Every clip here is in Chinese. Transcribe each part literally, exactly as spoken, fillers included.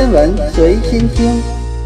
天文随心听，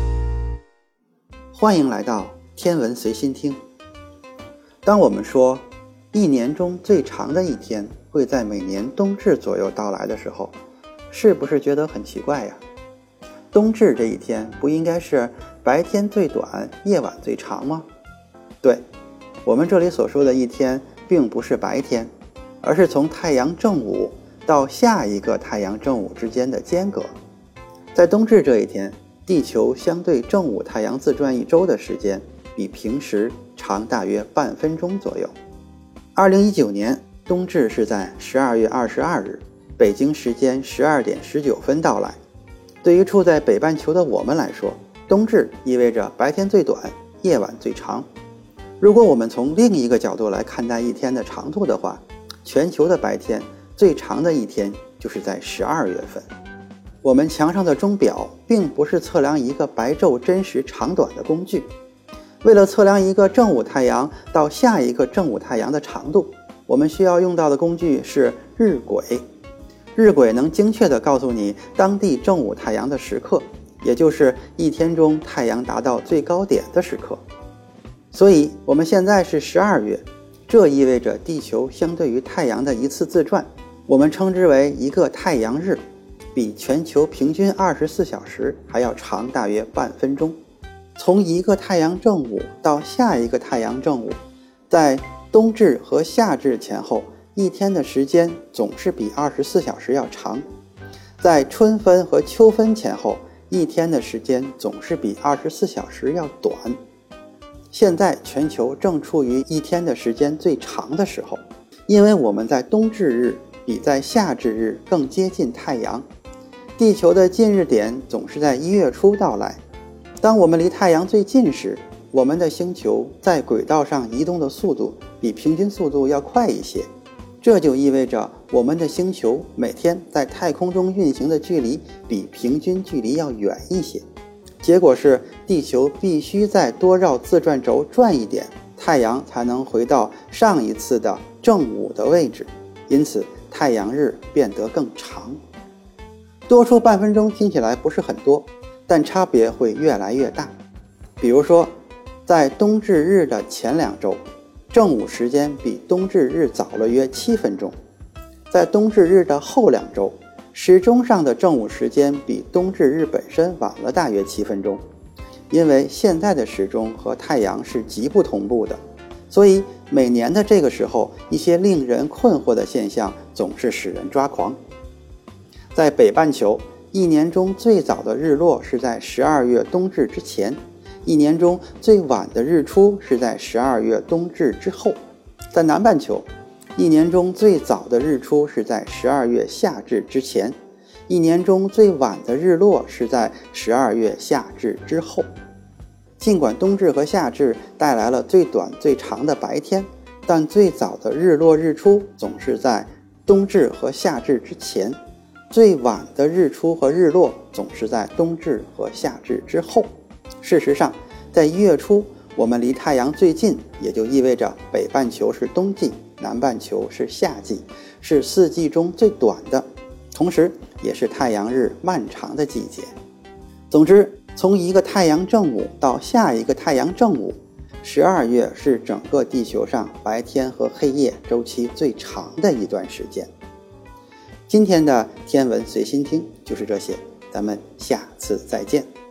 欢迎来到天文随心听。当我们说一年中最长的一天会在每年冬至左右到来的时候，是不是觉得很奇怪呀？冬至这一天不应该是白天最短夜晚最长吗？对，我们这里所说的一天并不是白天，而是从太阳正午到下一个太阳正午之间的间隔。在冬至这一天，地球相对正午太阳自转一周的时间比平时长大约半分钟左右。二零一九年冬至是在十二月二十二日，北京时间十二点十九分到来。对于处在北半球的我们来说，冬至意味着白天最短，夜晚最长。如果我们从另一个角度来看待一天的长度的话，全球的白天最长的一天就是在十二月份。我们墙上的钟表并不是测量一个白昼真实长短的工具。为了测量一个正午太阳到下一个正午太阳的长度，我们需要用到的工具是日晷。日晷能精确地告诉你当地正午太阳的时刻，也就是一天中太阳达到最高点的时刻。所以我们现在是十二月，这意味着地球相对于太阳的一次自转，我们称之为一个太阳日，比全球平均二十四小时还要长大约半分钟。从一个太阳正午到下一个太阳正午，在冬至和夏至前后，一天的时间总是比二十四小时要长。在春分和秋分前后，一天的时间总是比二十四小时要短。现在全球正处于一天的时间最长的时候，因为我们在冬至日比在夏至日更接近太阳。地球的近日点总是在一月初到来。当我们离太阳最近时，我们的星球在轨道上移动的速度比平均速度要快一些，这就意味着我们的星球每天在太空中运行的距离比平均距离要远一些。结果是地球必须再多绕自转轴转一点，太阳才能回到上一次的正午的位置，因此太阳日变得更长。多出半分钟听起来不是很多，但差别会越来越大。比如说，在冬至日的前两周，正午时间比冬至日早了约七分钟；在冬至日的后两周，时钟上的正午时间比冬至日本身晚了大约七分钟。因为现在的时钟和太阳是极不同步的，所以每年的这个时候，一些令人困惑的现象总是使人抓狂。在北半球，一年中最早的日落是在十二月冬至之前，一年中最晚的日出是在十二月冬至之后。在南半球，一年中最早的日出是在十二月夏至之前，一年中最晚的日落是在十二月夏至之后。尽管冬至和夏至带来了最短最长的白天，但最早的日落日出总是在冬至和夏至之前，最晚的日出和日落总是在冬至和夏至之后。事实上，在一月初，我们离太阳最近，也就意味着北半球是冬季，南半球是夏季，是四季中最短的，同时也是太阳日漫长的季节。总之，从一个太阳正午到下一个太阳正午，十二月是整个地球上白天和黑夜周期最长的一段时间。今天的天文随心听就是这些，咱们下次再见。